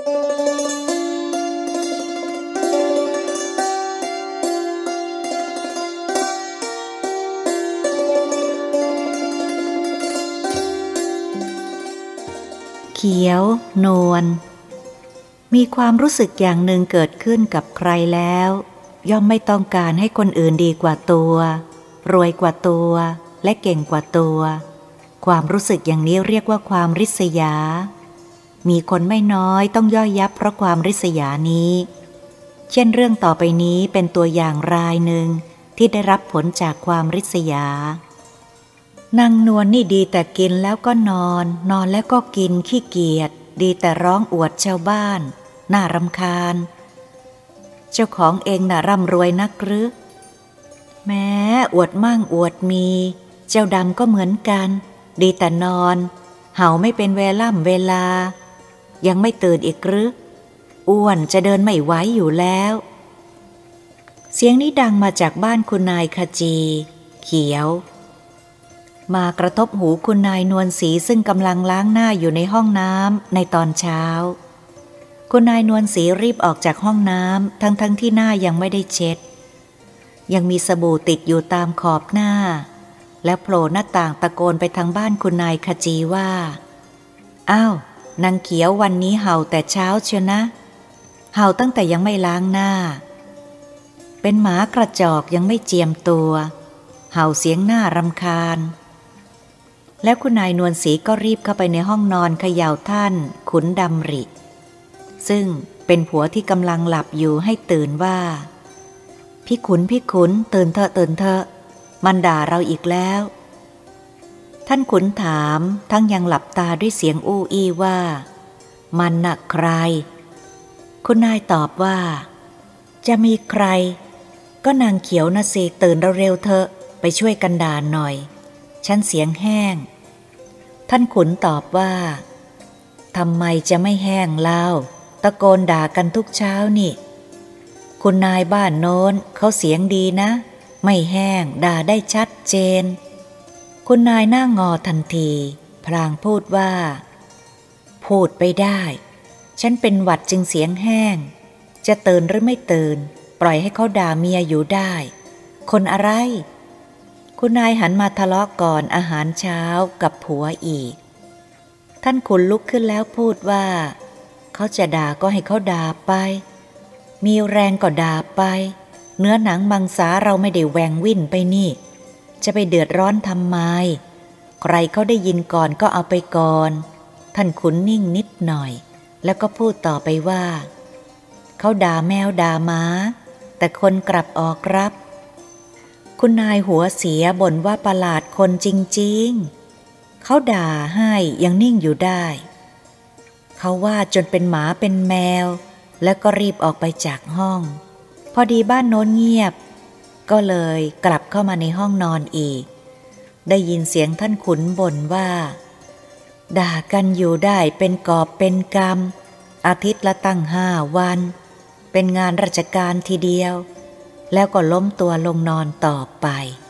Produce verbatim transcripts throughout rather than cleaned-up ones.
เขียวนวลมีความรู้สึกอย่างหนึ่งเกิดขึ้นกับใครแล้วย่อมไม่ต้องการให้คนอื่นดีกว่าตัวรวยกว่าตัวและเก่งกว่าตัวความรู้สึกอย่างนี้เรียกว่าความริษยามีคนไม่น้อยต้องย่อยยับเพราะความริษยานี้เช่นเรื่องต่อไปนี้เป็นตัวอย่างรายหนึ่งที่ได้รับผลจากความริษยานางนวล นี่ดีแต่กินแล้วก็นอนนอนแล้วก็กินขี้เกียจดีแต่ร้องอวดชาวบ้านน่ารำคาญเจ้าของเองน่ะร่ำรวยนักหรือแม้อวดมั่งอวดมีเจ้าดำก็เหมือนกันดีแต่นอนเห่าไม่เป็นเวล่ำเวลายังไม่ตื่นอีกหรืออ้วนจะเดินไม่ไหวอยู่แล้วเสียงนี้ดังมาจากบ้านคุณนายขจีเขียวมากระทบหูคุณนายนวลศรีซึ่งกำลังล้างหน้าอยู่ในห้องน้ำในตอนเช้าคุณนายนวลศรีรีบออกจากห้องน้ำทั้งทั้งที่หน้ายังไม่ได้เช็ดยังมีสบู่ติดอยู่ตามขอบหน้าและโผล่หน้าต่างตะโกนไปทางบ้านคุณนายขจีว่าอ้าวนางเขียววันนี้เห่าแต่เช้าเชียวนะเห่าตั้งแต่ยังไม่ล้างหน้าเป็นหมากระจอกยังไม่เจียมตัวเห่าเสียงหน้ารำคาญแล้วคุณนายนวลศรีก็รีบเข้าไปในห้องนอนเขย่าท่านขุนดำริซึ่งเป็นผัวที่กำลังหลับอยู่ให้ตื่นว่าพี่ขุนพี่ขุนตื่นเถอะตื่นเถอะมันด่าเราอีกแล้วท่านขุนถามทั้งยังหลับตาด้วยเสียงอู้อี้ว่ามันน่ะใครคุณนายตอบว่าจะมีใครก็นางเขียวนะสิตื่นเร็วๆเถอะไปช่วยกันด่าหน่อยฉันเสียงแห้งท่านขุนตอบว่าทำไมจะไม่แห้งเล่าตะโกนด่ากันทุกเช้านี่คุณนายบ้านโน้นเขาเสียงดีนะไม่แห้งด่าได้ชัดเจนคุณนายหน้างอทันทีพลางพูดว่าพูดไปได้ฉันเป็นหวัดจึงเสียงแห้งจะตื่นหรือไม่ตื่นปล่อยให้เขาด่าเมียอยู่ได้คนอะไรคุณนายหันมาทะเลาะก่อนอาหารเช้ากับผัวอีกท่านขุนลุกขึ้นแล้วพูดว่าเขาจะด่าก็ให้เขาด่าไปมีแรงก็ด่าไปเนื้อหนังมังสาเราไม่ได้แหวงวิ่นไปนี่จะไปเดือดร้อนทำไมใครเขาได้ยินก่อนก็เอาไปก่อนท่านขุนนิ่งนิดหน่อยแล้วก็พูดต่อไปว่าเขาด่าแมวด่าม้าแต่คนกลับออกรับคุณนายหัวเสียบ่นว่าประหลาดคนจริงๆเขาด่าให้ยังนิ่งอยู่ได้เขาว่าจนเป็นหมาเป็นแมวแล้วก็รีบออกไปจากห้องพอดีบ้านโน้นเงียบก็เลยกลับเข้ามาในห้องนอนอีกได้ยินเสียงท่านขุนบ่นว่าด่ากันอยู่ได้เป็นกอบเป็นกำอาทิตย์ละตั้งห้าวันเป็นงานราชการทีเดียวแล้วก็ล้มตัวลงนอนต่อไป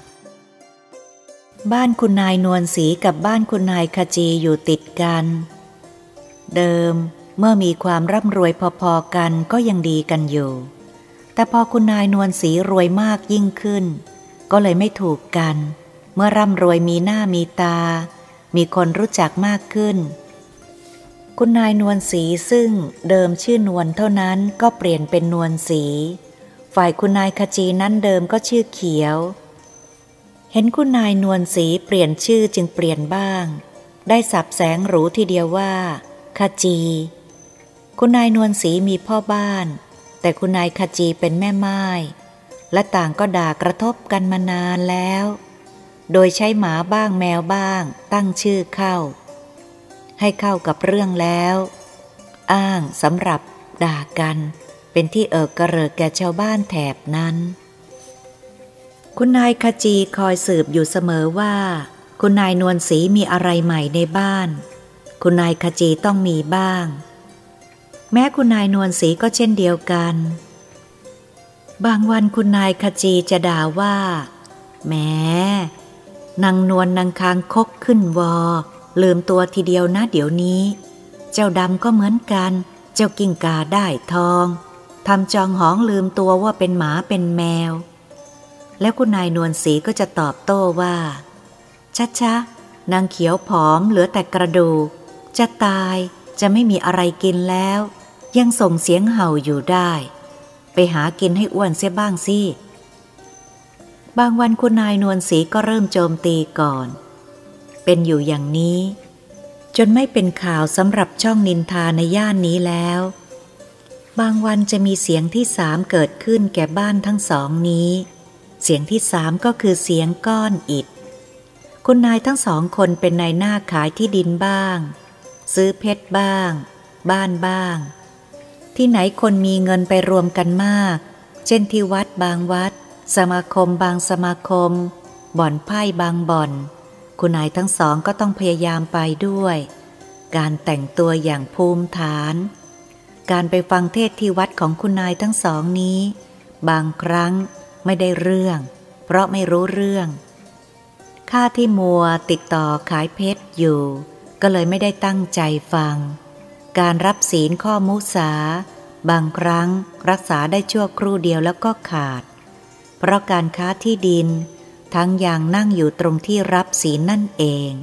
บ้านคุณนายนวลศรีกับบ้านคุณนายขจีอยู่ติดกันเดิมเมื่อมีความร่ำรวยพอๆกันก็ยังดีกันอยู่แต่พอคุณนายนวลศรีรวยมากยิ่งขึ้นก็เลยไม่ถูกกันเมื่อร่ำรวยมีหน้ามีตามีคนรู้จักมากขึ้นคุณนายนวลศรีซึ่งเดิมชื่อนวลเท่านั้นก็เปลี่ยนเป็นนวลศรีฝ่ายคุณนายขจีนั้นเดิมก็ชื่อเขียวเห็นคุณนายนวลศรีเปลี่ยนชื่อจึงเปลี่ยนบ้างได้สับแสงหรูทีเดียวว่าขจีคุณนายนวลศรีมีพ่อบ้านแต่คุณนายขจีเป็นแม่ไม้และต่างก็ด่ากระทบกันมานานแล้วโดยใช้หมาบ้างแมวบ้างตั้งชื่อเข้าให้เข้ากับเรื่องแล้วอ้างสำหรับด่ากันเป็นที่เอิกกระเริกแก่ชาวบ้านแถบนั้นคุณนายขจีคอยสืบอยู่เสมอว่าคุณนายนวลศรีมีอะไรใหม่ในบ้านคุณนายขจีต้องมีบ้างแม้คุณนายนวลศรีก็เช่นเดียวกันบางวันคุณนายขจีจะด่าว่าแหมนางนวลนางคางคกขึ้นวอลืมตัวทีเดียวนะเดี๋ยวนี้เจ้าดำก็เหมือนกันเจ้ากิ้งกาได้ทองทำจองหองลืมตัวว่าเป็นหมาเป็นแมวแล้วคุณนายนวลศรีก็จะตอบโต้ว่าชัชะนางเขียวผอมเหลือแต่กระดูกจะตายจะไม่มีอะไรกินแล้วยังส่งเสียงเห่าอยู่ได้ไปหากินให้อ้วนเสียบ้างสิบางวันคุณนายนวลศรีก็เริ่มโจมตีก่อนเป็นอยู่อย่างนี้จนไม่เป็นข่าวสำหรับช่องนินทาในย่านนี้แล้วบางวันจะมีเสียงที่สามเกิดขึ้นแก่บ้านทั้งสองนี้เสียงที่สามก็คือเสียงก้อนอิฐคุณนายทั้งสองคนเป็นนายหน้าขายที่ดินบ้างซื้อเพชรบ้างบ้านบ้างที่ไหนคนมีเงินไปรวมกันมากเช่นที่วัดบางวัดสมาคมบางสมาคมบ่อนไพ่บางบ่อนคุณนายทั้งสองก็ต้องพยายามไปด้วยการแต่งตัวอย่างภูมิฐานการไปฟังเทศน์ที่วัดของคุณนายทั้งสองนี้บางครั้งไม่ได้เรื่องเพราะไม่รู้เรื่องข้าที่มัวติดต่อขายเพชรอยู่ก็เลยไม่ได้ตั้งใจฟังการรับศีลข้อมุสาบางครั้งรักษาได้ชั่วครู่เดียวแล้วก็ขาดเพราะการค้าที่ดินทั้งอย่างนั่งอยู่ตรงที่รับศีลนั่นเอง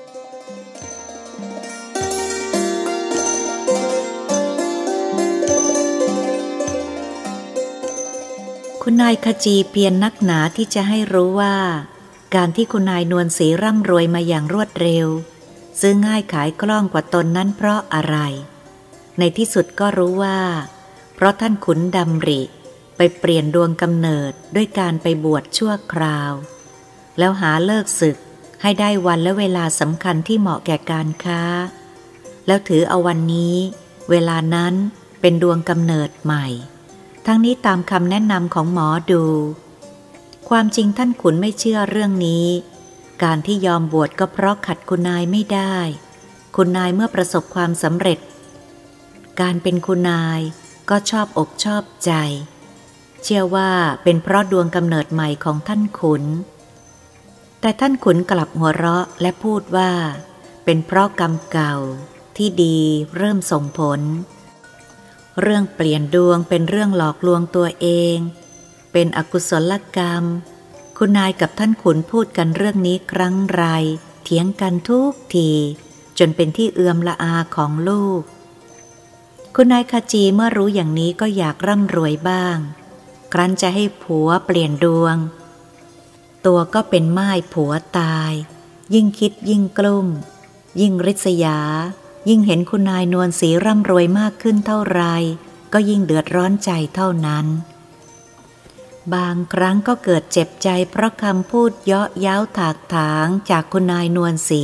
คุณนายขจีเพียรนักหนาที่จะให้รู้ว่าการที่คุณนายนวลศรีร่ำรวยมาอย่างรวดเร็วซื้อง่ายขายคล่องกว่าตนนั้นเพราะอะไรในที่สุดก็รู้ว่าเพราะท่านขุนดำริไปเปลี่ยนดวงกำเนิดด้วยการไปบวชชั่วคราวแล้วหาเลิกศึกให้ได้วันและเวลาสำคัญที่เหมาะแก่การค้าแล้วถือเอาวันนี้เวลานั้นเป็นดวงกำเนิดใหม่ทั้งนี้ตามคำแนะนำของหมอดูความจริงท่านขุนไม่เชื่อเรื่องนี้การที่ยอมบวชก็เพราะขัดคุณนายไม่ได้คุณนายเมื่อประสบความสำเร็จการเป็นคุณนายก็ชอบอกชอบใจเชื่อว่าเป็นเพราะดวงกำเนิดใหม่ของท่านขุนแต่ท่านขุนกลับหัวเราะและพูดว่าเป็นเพราะกรรมเก่าที่ดีเริ่มส่งผลเรื่องเปลี่ยนดวงเป็นเรื่องหลอกลวงตัวเองเป็นอกุศลกรรมคุณนายกับท่านขุนพูดกันเรื่องนี้ครั้งไรเถียงกันทุกทีจนเป็นที่เอือมละอาของลูกคุณนายขจีเมื่อรู้อย่างนี้ก็อยากร่ำรวยบ้างครั้นจะให้ผัวเปลี่ยนดวงตัวก็เป็นม่ายผัวตายยิ่งคิดยิ่งกลุ้มยิ่งริษยายิ่งเห็นคุณนายนวลศรีร่ำรวยมากขึ้นเท่าไรก็ยิ่งเดือดร้อนใจเท่านั้นบางครั้งก็เกิดเจ็บใจเพราะคำพูดเยาะเย้าถากถางจากคุณนายนวลศรี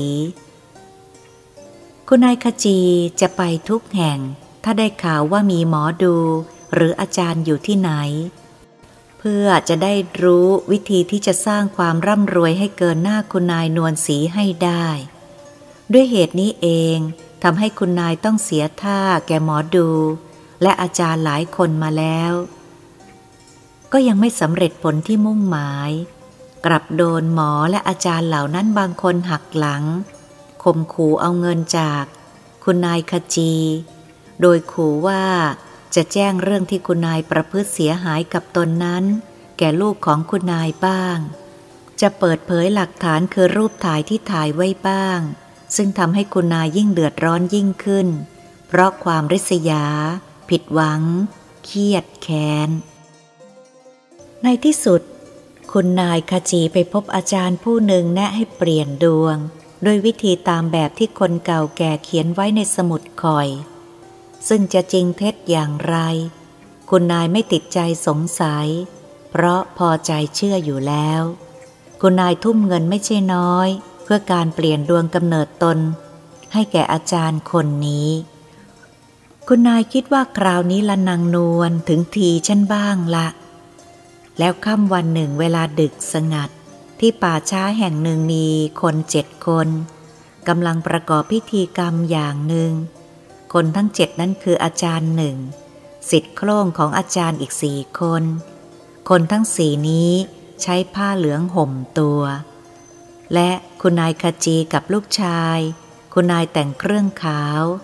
คุณนายขจีจะไปทุกแห่งถ้าได้ข่าวว่ามีหมอดูหรืออาจารย์อยู่ที่ไหนเพื่อจะได้รู้วิธีที่จะสร้างความร่ำรวยให้เกินหน้าคุณนายนวลศรีให้ได้ด้วยเหตุนี้เองทำให้คุณนายต้องเสียท่าแก่หมอดูและอาจารย์หลายคนมาแล้วก็ยังไม่สำเร็จผลที่มุ่งหมายกลับโดนหมอและอาจารย์เหล่านั้นบางคนหักหลังข่มขู่เอาเงินจากคุณนายขจีโดยขู่ว่าจะแจ้งเรื่องที่คุณนายประพฤติเสียหายกับตนนั้นแก่ลูกของคุณนายบ้างจะเปิดเผยหลักฐานคือรูปถ่ายที่ถ่ายไว้บ้างซึ่งทำให้คุณนายยิ่งเดือดร้อนยิ่งขึ้นเพราะความริษยาผิดหวังเครียดแค้นในที่สุดคุณนายขจีไปพบอาจารย์ผู้หนึ่งแนะให้เปลี่ยนดวงโดยวิธีตามแบบที่คนเก่าแก่เขียนไว้ในสมุดคอยซึ่งจะจริงเท็จอย่างไรคุณนายไม่ติดใจสงสัยเพราะพอใจเชื่ออยู่แล้วคุณนายทุ่มเงินไม่ใช่น้อยเพื่อการเปลี่ยนดวงกำเนิดตนให้แก่อาจารย์คนนี้คุณนายคิดว่าคราวนี้ละนางนวลถึงทีฉันบ้างละแล้วค่ำวันหนึ่งเวลาดึกสงัดที่ป่าช้าแห่งหนึ่งมีคนเจ็ดคนกำลังประกอบพิธีกรรมอย่างหนึ่งคนทั้งเจ็ดนั้นคืออาจารย์หนึ่งศิษย์โคร่งของอาจารย์อีกสี่คนคนทั้งสี่นี้ใช้ผ้าเหลืองห่มตัวและคุณนายขจีกับลูกชายคุณนายแต่งเครื่องขาว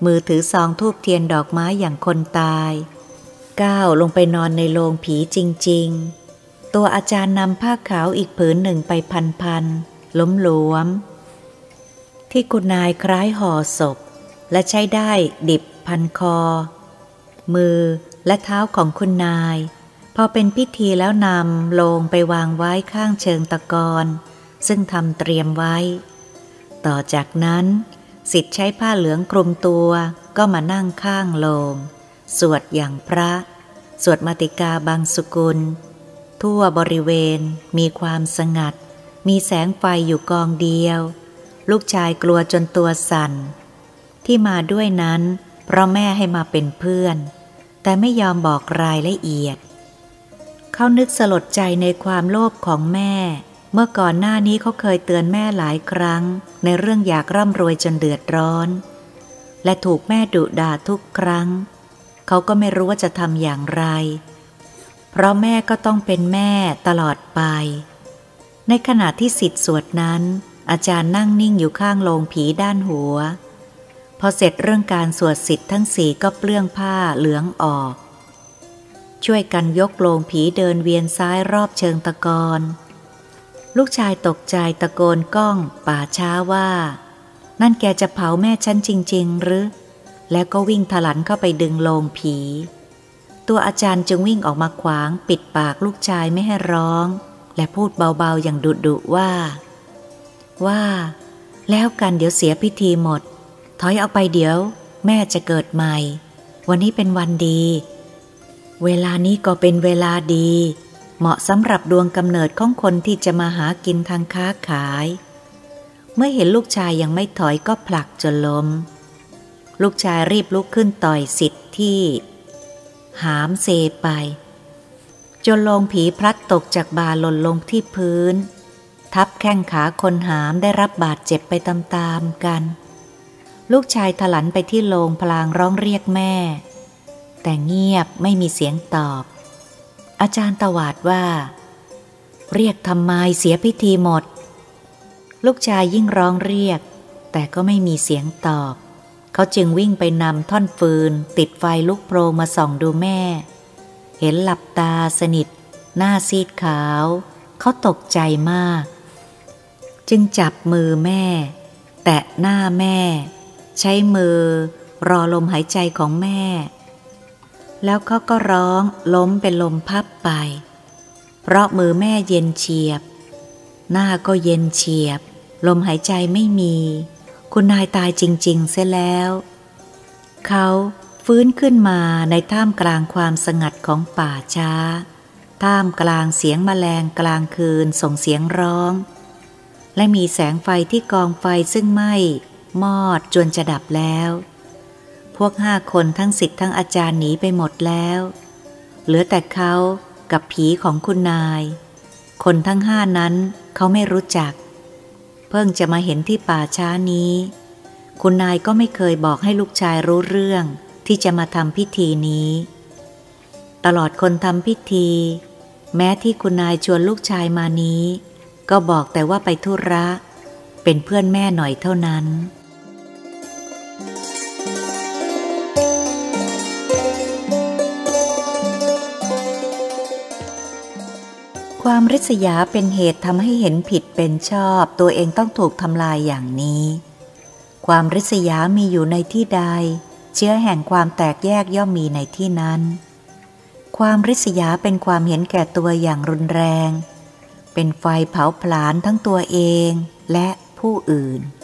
มือถือซองธูปเทียนดอกไม้อย่างคนตายก้าวลงไปนอนในโลงผีจริงๆตัวอาจารย์นำผ้าขาวอีกผืนหนึ่งไปพันๆล้มหลวมที่คุณนายคล้ายห่อศพและใช้ได้ดิบพันคอมือและเท้าของคุณนายพอเป็นพิธีแล้วนำโลงไปวางไว้ข้างเชิงตะกอนซึ่งทำเตรียมไว้ต่อจากนั้นศิษย์ใช้ผ้าเหลืองคลุมตัวก็มานั่งข้างโลงสวดอย่างพระสวดมาติกาบางสกุลทั่วบริเวณมีความสงัดมีแสงไฟอยู่กองเดียวลูกชายกลัวจนตัวสั่นที่มาด้วยนั้นเพราะแม่ให้มาเป็นเพื่อนแต่ไม่ยอมบอกรายละเอียดเขานึกสลดใจในความโลภของแม่เมื่อก่อนหน้านี้เขาเคยเตือนแม่หลายครั้งในเรื่องอยากร่ำรวยจนเดือดร้อนและถูกแม่ดุด่าทุกครั้งเขาก็ไม่รู้ว่าจะทำอย่างไรเพราะแม่ก็ต้องเป็นแม่ตลอดไปในขณะที่ศิษย์สวดนั้นอาจารย์นั่งนิ่งอยู่ข้างโลงผีด้านหัวพอเสร็จเรื่องการสวดศิษย์ทั้งสี่ก็เปลื้องผ้าเหลืองออกช่วยกันยกโลงผีเดินเวียนซ้ายรอบเชิงตะกอนลูกชายตกใจตะโกนก้องป่าช้าว่านั่นแกจะเผาแม่ฉันจริงๆหรือแล้วก็วิ่งถลันเข้าไปดึงโลงผีตัวอาจารย์จึงวิ่งออกมาขวางปิดปากลูกชายไม่ให้ร้องและพูดเบาๆอย่างดุดุว่าว่าแล้วกันเดี๋ยวเสียพิธีหมดถอยเอาไปเดี๋ยวแม่จะเกิดใหม่วันนี้เป็นวันดีเวลานี้ก็เป็นเวลาดีเหมาะสำหรับดวงกำเนิดของคนที่จะมาหากินทางค้าขายเมื่อเห็นลูกชายยังไม่ถอยก็ผลักจนล้มลูกชายรีบลุกขึ้นต่อยศิษย์ที่หามเซไปจนโลงผีพลัดตกจากบ่าหล่นลงที่พื้นทับแข้งขาคนหามได้รับบาดเจ็บไปตามๆกันลูกชายถลันไปที่โลงพลางร้องเรียกแม่แต่เงียบไม่มีเสียงตอบอาจารย์ตวาดว่าเรียกทำไมเสียพิธีหมดลูกชายยิ่งร้องเรียกแต่ก็ไม่มีเสียงตอบเขาจึงวิ่งไปนำท่อนฟืนติดไฟลุกโพรงมาส่องดูแม่เห็นหลับตาสนิทหน้าซีดขาวเขาตกใจมากจึงจับมือแม่แตะหน้าแม่ใช้มือรอลมหายใจของแม่แล้วเขาก็ร้องล้มเป็นลมพับไปเพราะมือแม่เย็นเฉียบหน้าก็เย็นเฉียบลมหายใจไม่มีคุณนายตายจริงๆเสียแล้วเขาฟื้นขึ้นมาในท่ามกลางความสงัดของป่าช้าท่ามกลางเสียงแมลงกลางคืนส่งเสียงร้องและมีแสงไฟที่กองไฟซึ่งไหม้มอดจนจะดับแล้วพวกห้าคนทั้งศิษย์ทั้งอาจารย์หนีไปหมดแล้วเหลือแต่เขากับผีของคุณนายคนทั้งห้านั้นเขาไม่รู้จักเพิ่งจะมาเห็นที่ป่าช้านี้คุณนายก็ไม่เคยบอกให้ลูกชายรู้เรื่องที่จะมาทำพิธีนี้ตลอดคนทำพิธีแม้ที่คุณนายชวนลูกชายมานี้ก็บอกแต่ว่าไปธุระเป็นเพื่อนแม่หน่อยเท่านั้นความริษยาเป็นเหตุทำให้เห็นผิดเป็นชอบตัวเองต้องถูกทำลายอย่างนี้ความริษยามีอยู่ในที่ใดเชื้อแห่งความแตกแยกย่อมมีในที่นั้นความริษยาเป็นความเห็นแก่ตัวอย่างรุนแรงเป็นไฟเผาผลาญทั้งตัวเองและผู้อื่น